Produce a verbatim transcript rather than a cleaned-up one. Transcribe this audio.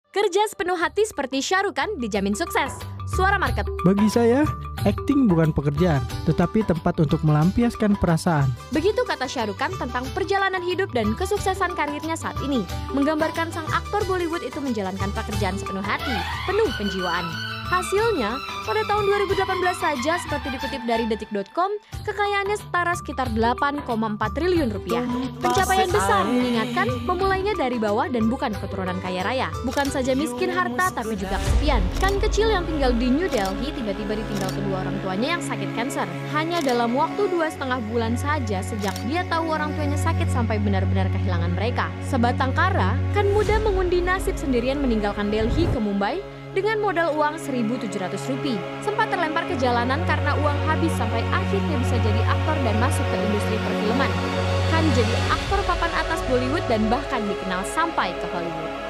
Kerja sepenuh hati seperti Shah Rukh Khan dijamin sukses. Suara Market. Bagi saya, akting bukan pekerjaan, tetapi tempat untuk melampiaskan perasaan. Begitu kata Shah Rukh Khan tentang perjalanan hidup dan kesuksesan karirnya saat ini. Menggambarkan sang aktor Bollywood itu menjalankan pekerjaan sepenuh hati, penuh penjiwaan. Hasilnya, pada tahun dua ribu delapan belas saja seperti dikutip dari detik dot com, kekayaannya setara sekitar delapan koma empat triliun rupiah. Pencapaian besar mengingatkan memulainya dari bawah dan bukan keturunan kaya raya. Bukan saja miskin harta tapi juga kesepian. Kan kecil yang tinggal di New Delhi tiba-tiba ditinggal kedua orang tuanya yang sakit kanker. Hanya dalam waktu dua setengah bulan saja sejak dia tahu orang tuanya sakit sampai benar-benar kehilangan mereka. Sebatang kara, Khan muda mengundi nasib sendirian meninggalkan Delhi ke Mumbai dengan modal uang seribu tujuh ratus rupiah. Sempat terlempar ke jalanan karena uang habis sampai akhirnya bisa jadi aktor dan masuk ke industri perfilman. Khan jadi aktor papan atas Bollywood dan bahkan dikenal sampai ke Hollywood.